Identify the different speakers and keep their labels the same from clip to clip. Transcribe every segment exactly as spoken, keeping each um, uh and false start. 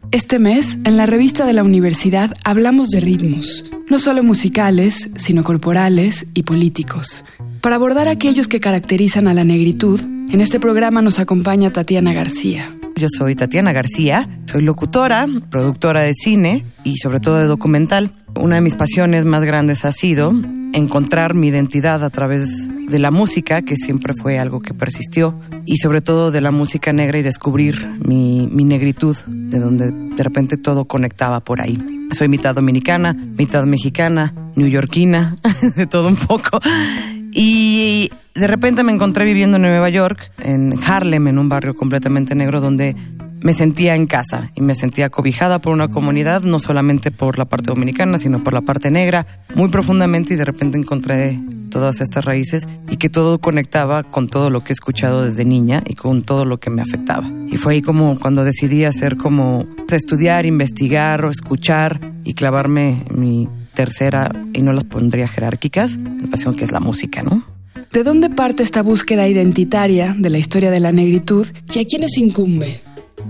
Speaker 1: Este mes, en la revista de la universidad, hablamos de ritmos, no solo musicales, sino corporales y políticos. Para abordar aquellos que caracterizan a la negritud, en este programa nos acompaña Tatiana García.
Speaker 2: Yo soy Tatiana García, soy locutora, productora de cine y sobre todo de documental. Una de mis pasiones más grandes ha sido encontrar mi identidad a través de la música, que siempre fue algo que persistió, y sobre todo de la música negra, y descubrir mi, mi negritud, de donde de repente todo conectaba por ahí. Soy mitad dominicana, mitad mexicana, neoyorquina, de todo un poco. Y de repente me encontré viviendo en Nueva York, en Harlem, en un barrio completamente negro, donde me sentía en casa y me sentía cobijada por una comunidad, no solamente por la parte dominicana, sino por la parte negra, muy profundamente, y de repente encontré todas estas raíces y que todo conectaba con todo lo que he escuchado desde niña y con todo lo que me afectaba. Y fue ahí como cuando decidí hacer como estudiar, investigar o escuchar y clavarme en mi tercera, y no las pondría jerárquicas, mi pasión, que es la música, ¿no?
Speaker 1: ¿De dónde parte esta búsqueda identitaria de la historia de la negritud y a quiénes incumbe?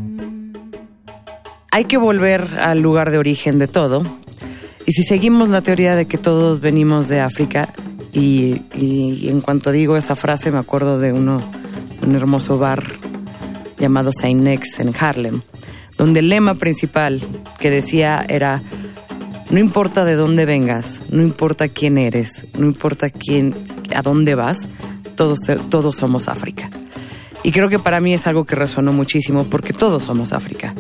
Speaker 2: Hay que volver al lugar de origen de todo. Y si seguimos la teoría de que todos venimos de África, y, y, y en cuanto digo esa frase me acuerdo de uno, un hermoso bar llamado Saint X en Harlem, donde el lema principal que decía era: no importa de dónde vengas, no importa quién eres, no importa quién, a dónde vas, todos, todos somos África. Y creo que para mí es algo que resonó muchísimo, porque todos somos África.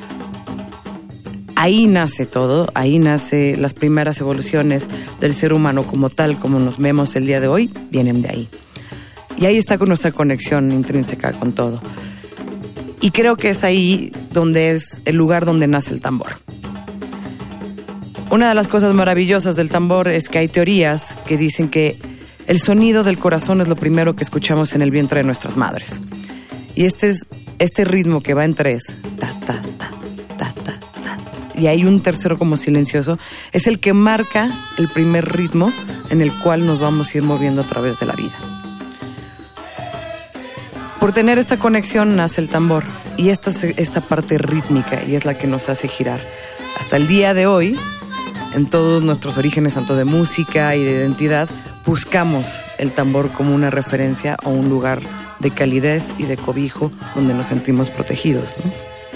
Speaker 2: Ahí nace todo, ahí nace las primeras evoluciones del ser humano como tal, como nos vemos el día de hoy, vienen de ahí. Y ahí está con nuestra conexión intrínseca con todo. Y creo que es ahí donde es el lugar donde nace el tambor. Una de las cosas maravillosas del tambor es que hay teorías que dicen que el sonido del corazón es lo primero que escuchamos en el vientre de nuestras madres. Y este es este ritmo que va en tres, ta, ta, ta, ta, ta, ta, y hay un tercero como silencioso, es el que marca el primer ritmo en el cual nos vamos a ir moviendo a través de la vida. Por tener esta conexión nace el tambor, y esta es esta parte rítmica, y es la que nos hace girar. Hasta el día de hoy, en todos nuestros orígenes, tanto de música y de identidad, buscamos el tambor como una referencia o un lugar de calidez y de cobijo donde nos sentimos protegidos, ¿no?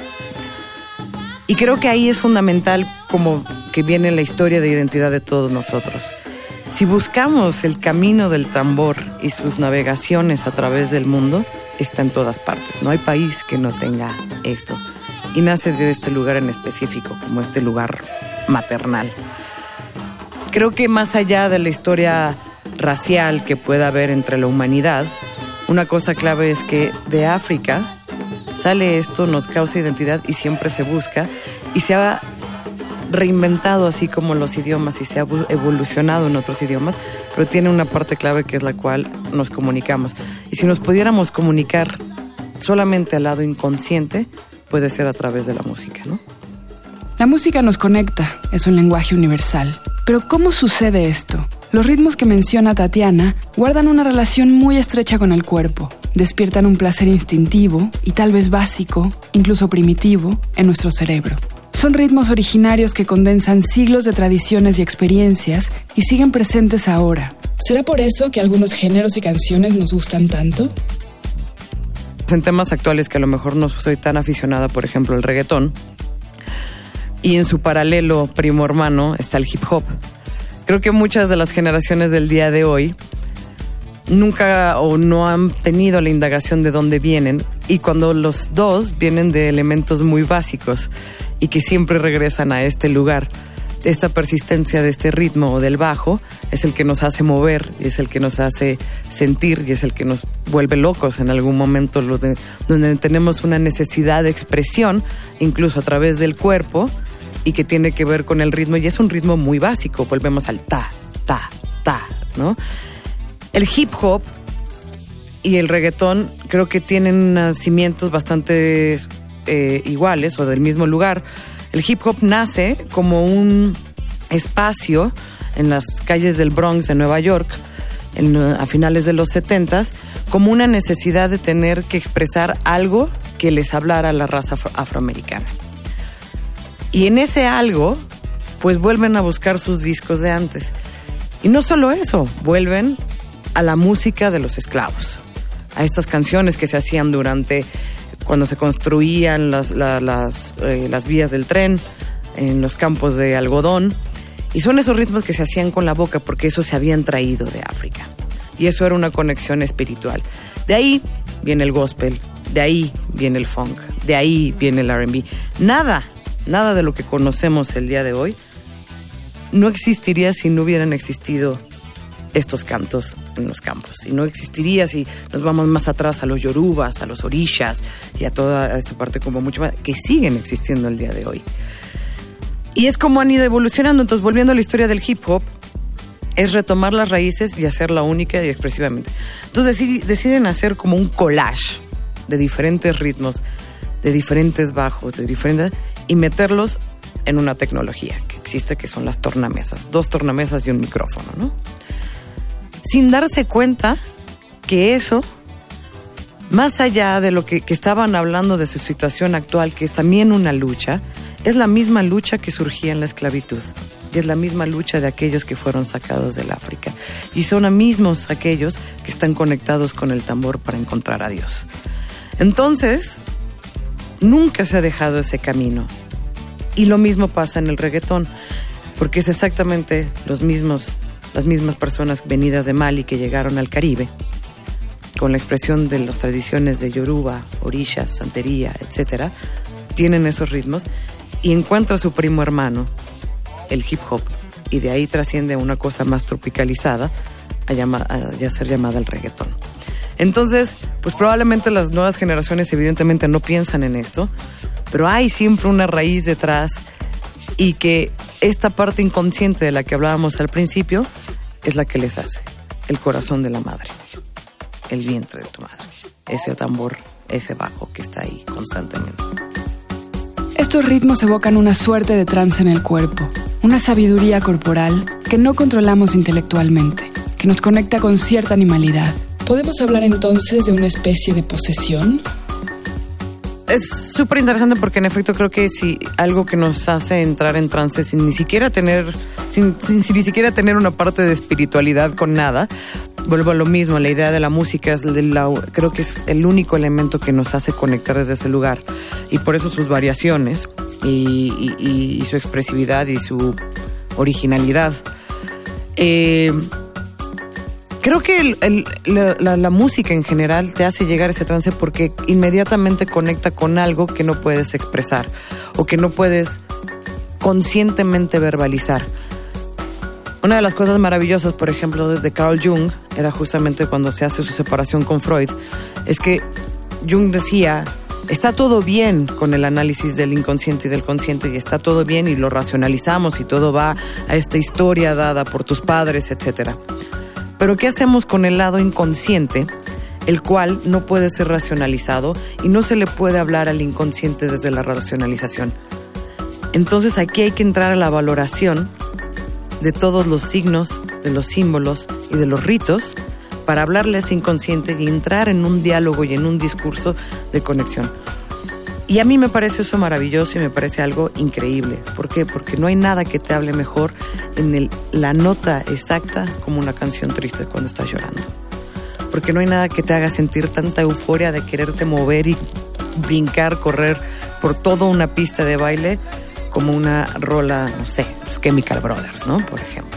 Speaker 2: Y creo que ahí es fundamental como que viene la historia de identidad de todos nosotros. Si buscamos el camino del tambor y sus navegaciones a través del mundo, está en todas partes. No hay país que no tenga esto. Y nace de este lugar en específico, como este lugar maternal. Creo que más allá de la historia racial que pueda haber entre la humanidad, una cosa clave es que de África sale esto, nos causa identidad y siempre se busca, y se ha reinventado así como los idiomas y se ha evolucionado en otros idiomas, pero tiene una parte clave que es la cual nos comunicamos. Y si nos pudiéramos comunicar solamente al lado inconsciente, puede ser a través de la música, ¿no?
Speaker 1: La música nos conecta, es un lenguaje universal. Pero ¿cómo sucede esto? Los ritmos que menciona Tatiana guardan una relación muy estrecha con el cuerpo, despiertan un placer instintivo y tal vez básico, incluso primitivo, en nuestro cerebro. Son ritmos originarios que condensan siglos de tradiciones y experiencias y siguen presentes ahora. ¿Será por eso que algunos géneros y canciones nos gustan tanto?
Speaker 2: En temas actuales que a lo mejor no soy tan aficionada, por ejemplo, el reggaetón, y en su paralelo primo hermano está el hip hop. Creo que muchas de las generaciones del día de hoy nunca o no han tenido la indagación de dónde vienen, y cuando los dos vienen de elementos muy básicos y que siempre regresan a este lugar, esta persistencia de este ritmo o del bajo es el que nos hace mover, y es el que nos hace sentir, y es el que nos vuelve locos en algún momento, donde tenemos una necesidad de expresión, incluso a través del cuerpo, y que tiene que ver con el ritmo, y es un ritmo muy básico. Volvemos al ta, ta, ta, ¿no? El hip hop y el reggaetón creo que tienen nacimientos bastante eh, iguales o del mismo lugar. El hip hop nace como un espacio en las calles del Bronx de Nueva York en, a finales de los setentas, como una necesidad de tener que expresar algo que les hablara a la raza afro- afroamericana. Y en ese algo, pues vuelven a buscar sus discos de antes. Y no solo eso, vuelven a la música de los esclavos, a estas canciones que se hacían durante, cuando se construían las, la, las, eh, las vías del tren, en los campos de algodón. Y son esos ritmos que se hacían con la boca, porque eso se habían traído de África. Y eso era una conexión espiritual. De ahí viene el gospel, de ahí viene el funk, de ahí viene el R and B. Nada, nada de lo que conocemos el día de hoy no existiría si no hubieran existido estos cantos en los campos. Y no existiría si nos vamos más atrás a los yorubas, a los orishas y a toda esta parte como mucho más, que siguen existiendo el día de hoy. Y es como han ido evolucionando. Entonces, volviendo a la historia del hip hop, es retomar las raíces y hacerla única y expresivamente. Entonces deciden hacer como un collage de diferentes ritmos, de diferentes bajos, de diferentes, y meterlos en una tecnología que existe, que son las tornamesas. Dos tornamesas y un micrófono, ¿no? Sin darse cuenta que eso, más allá de lo que, que estaban hablando de su situación actual, que es también una lucha, es la misma lucha que surgía en la esclavitud. Y es la misma lucha de aquellos que fueron sacados del África. Y son los mismos aquellos que están conectados con el tambor para encontrar a Dios. Entonces, nunca se ha dejado ese camino. Y lo mismo pasa en el reggaetón, porque es exactamente los mismos, las mismas personas venidas de Mali que llegaron al Caribe, con la expresión de las tradiciones de Yoruba, Orisha, Santería, etcétera, tienen esos ritmos y encuentra a su primo hermano, el hip hop, y de ahí trasciende a una cosa más tropicalizada, a, llama, a ya ser llamada el reggaetón. Entonces, pues probablemente las nuevas generaciones evidentemente no piensan en esto, pero hay siempre una raíz detrás, y que esta parte inconsciente de la que hablábamos al principio es la que les hace el corazón de la madre, el vientre de tu madre, ese tambor, ese bajo que está ahí constantemente.
Speaker 1: Estos ritmos evocan una suerte de trance en el cuerpo, una sabiduría corporal que no controlamos intelectualmente, que nos conecta con cierta animalidad. ¿Podemos hablar entonces de una especie de posesión?
Speaker 2: Es súper interesante porque en efecto creo que si algo que nos hace entrar en trance sin ni siquiera tener, sin, sin, sin ni siquiera tener una parte de espiritualidad con nada, vuelvo a lo mismo, la idea de la música es de la, creo que es el único elemento que nos hace conectar desde ese lugar, y por eso sus variaciones y, y, y su expresividad y su originalidad. Eh, Creo que el, el, la, la, la música en general te hace llegar a ese trance porque inmediatamente conecta con algo que no puedes expresar o que no puedes conscientemente verbalizar. Una de las cosas maravillosas, por ejemplo, de Carl Jung, era justamente cuando se hace su separación con Freud, es que Jung decía, está todo bien con el análisis del inconsciente y del consciente, y está todo bien y lo racionalizamos y todo va a esta historia dada por tus padres, etcétera. Pero ¿qué hacemos con el lado inconsciente, el cual no puede ser racionalizado y no se le puede hablar al inconsciente desde la racionalización? Entonces aquí hay que entrar a la valoración de todos los signos, de los símbolos y de los ritos para hablarle a ese inconsciente y entrar en un diálogo y en un discurso de conexión. Y a mí me parece eso maravilloso y me parece algo increíble. ¿Por qué? Porque no hay nada que te hable mejor en el, la nota exacta como una canción triste cuando estás llorando. Porque no hay nada que te haga sentir tanta euforia de quererte mover y brincar, correr por toda una pista de baile como una rola, no sé, los Chemical Brothers, ¿no? Por ejemplo.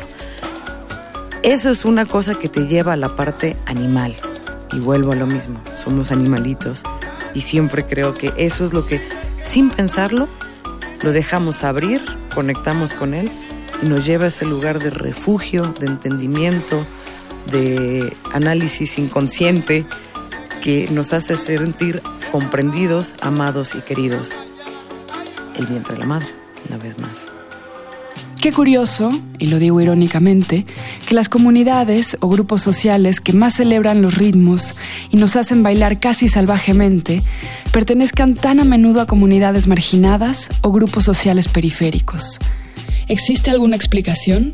Speaker 2: Eso es una cosa que te lleva a la parte animal. Y vuelvo a lo mismo, somos animalitos. Y siempre creo que eso es lo que, sin pensarlo, lo dejamos abrir, conectamos con él y nos lleva a ese lugar de refugio, de entendimiento, de análisis inconsciente que nos hace sentir comprendidos, amados y queridos. El vientre de la madre, una vez más.
Speaker 1: Qué curioso, y lo digo irónicamente, que las comunidades o grupos sociales que más celebran los ritmos y nos hacen bailar casi salvajemente pertenezcan tan a menudo a comunidades marginadas o grupos sociales periféricos. ¿Existe alguna explicación?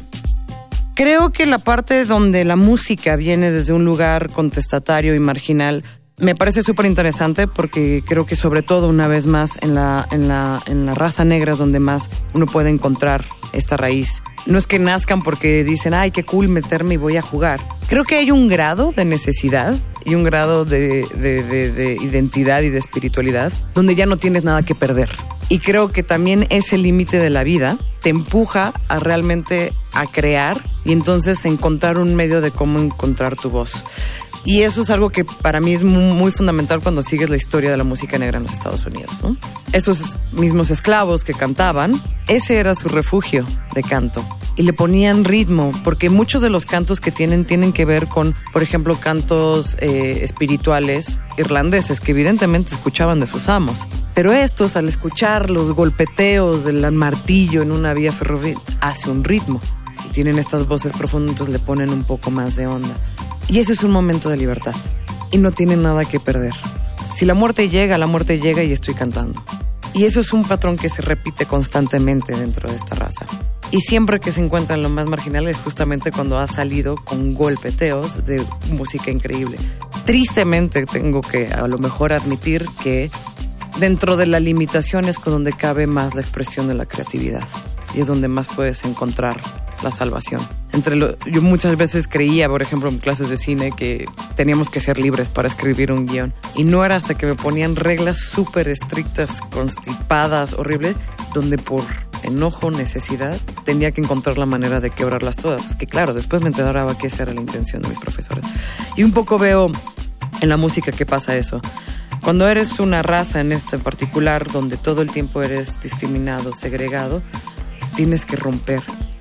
Speaker 2: Creo que la parte donde la música viene desde un lugar contestatario y marginal Me parece súper interesante porque creo que sobre todo una vez más en la, en la, en la raza negra es donde más uno puede encontrar esta raíz. No es que nazcan porque dicen, ay, qué cool meterme y voy a jugar. Creo que hay un grado de necesidad y un grado de, de, de, de identidad y de espiritualidad donde ya no tienes nada que perder. Y creo que también ese límite de la vida te empuja a realmente a crear y entonces encontrar un medio de cómo encontrar tu voz. Y eso es algo que para mí es muy, muy fundamental cuando sigues la historia de la música negra en los Estados Unidos, ¿no? Esos mismos esclavos que cantaban, ese era su refugio de canto. Y le ponían ritmo, porque muchos de los cantos que tienen tienen que ver con, por ejemplo, cantos eh, espirituales irlandeses que evidentemente escuchaban de sus amos. Pero estos, al escuchar los golpeteos del martillo en una vía ferroviaria, hace un ritmo. Y tienen estas voces profundas, entonces le ponen un poco más de onda. Y ese es un momento de libertad. Y no tienen nada que perder. Si la muerte llega, la muerte llega y estoy cantando. Y eso es un patrón que se repite constantemente dentro de esta raza. Y siempre que se encuentran lo más marginal es justamente cuando ha salido con golpeteos de música increíble. Tristemente tengo que a lo mejor admitir que dentro de la limitación es con donde cabe más la expresión de la creatividad. Y es donde más puedes encontrar la salvación. Entre lo, yo muchas veces creía, por ejemplo, en clases de cine, que teníamos que ser libres para escribir un guión. Y no era hasta que me ponían reglas súper estrictas, constipadas, horribles, donde por enojo, necesidad, tenía que encontrar la manera de quebrarlas todas. Que claro, después me enteraba que esa era la intención de mis profesores. Y un poco veo en la música que pasa eso. Cuando eres una raza en este en particular, donde todo el tiempo eres discriminado, segregado, tienes que romper.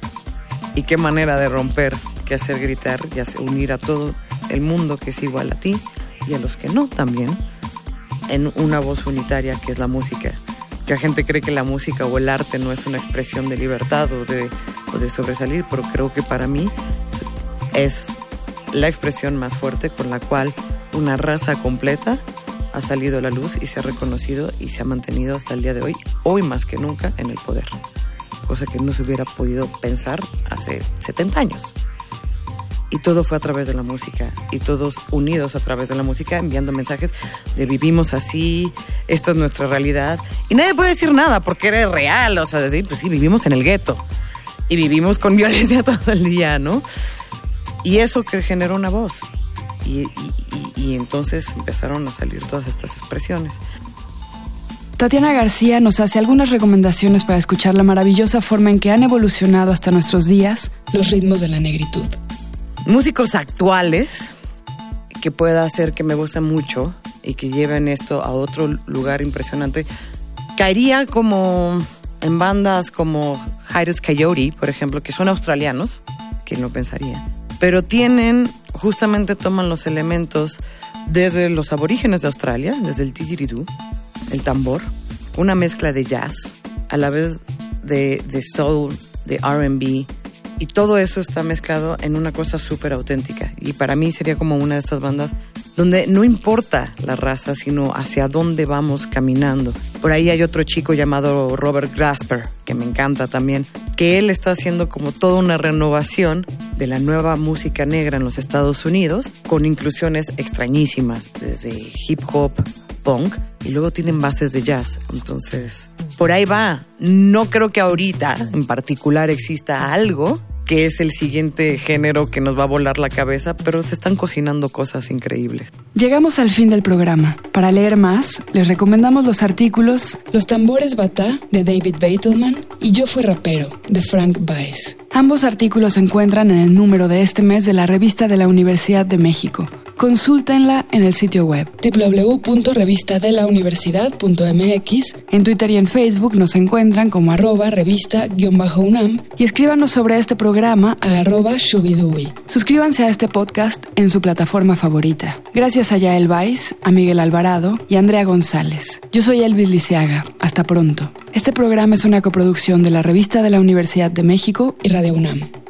Speaker 2: ¿Y qué manera de romper que hacer gritar y hacer unir a todo el mundo que es igual a ti y a los que no también en una voz unitaria que es la música? Que la gente cree que la música o el arte no es una expresión de libertad o de, o de sobresalir, pero creo que para mí es la expresión más fuerte con la cual una raza completa ha salido a la luz y se ha reconocido y se ha mantenido hasta el día de hoy, hoy más que nunca, en el poder. Cosa que no se hubiera podido pensar hace setenta años. Y todo fue a través de la música, y todos unidos a través de la música, enviando mensajes de vivimos así, esta es nuestra realidad. Y nadie puede decir nada porque era real, o sea, decir, pues sí, vivimos en el gueto, y vivimos con violencia todo el día, ¿no? Y eso que generó una voz. Y, y, y, y entonces empezaron a salir todas estas expresiones.
Speaker 1: Tatiana García nos hace algunas recomendaciones para escuchar la maravillosa forma en que han evolucionado hasta nuestros días los ritmos de la negritud.
Speaker 2: Músicos actuales que pueda hacer que me guste mucho y que lleven esto a otro lugar impresionante. Caería como en bandas como Hiatus Coyote, por ejemplo, que son australianos, que no pensaría. Pero tienen, justamente toman los elementos desde los aborígenes de Australia, desde el didgeridoo, el tambor, una mezcla de jazz, a la vez de, de soul, de R and B, y todo eso está mezclado en una cosa súper auténtica. Y para mí sería como una de estas bandas donde no importa la raza, sino hacia dónde vamos caminando. Por ahí hay otro chico llamado Robert Glasper, que me encanta también, que él está haciendo como toda una renovación de la nueva música negra en los Estados Unidos, con inclusiones extrañísimas, desde hip hop, punk, y luego tienen bases de jazz. Entonces, por ahí va. No creo que ahorita en particular exista algo que es el siguiente género que nos va a volar la cabeza, pero se están cocinando cosas increíbles.
Speaker 1: Llegamos al fin del programa. Para leer más, les recomendamos los artículos Los tambores Batá, de David Beitelman, y Yo fui rapero, de Frank Baez. Ambos artículos se encuentran en el número de este mes de la Revista de la Universidad de México. Consúltenla en el sitio web doble u doble u doble u punto revista de la universidad punto m x. En Twitter y en Facebook nos encuentran como arroba revista-unam y escríbanos sobre este programa a arroba shubidui. Suscríbanse a este podcast en su plataforma favorita. Gracias a Yael Baez, a Miguel Alvarado y a Andrea González. Yo soy Elvis Liceaga. Hasta pronto. Este programa es una coproducción de la Revista de la Universidad de México y Radio UNAM.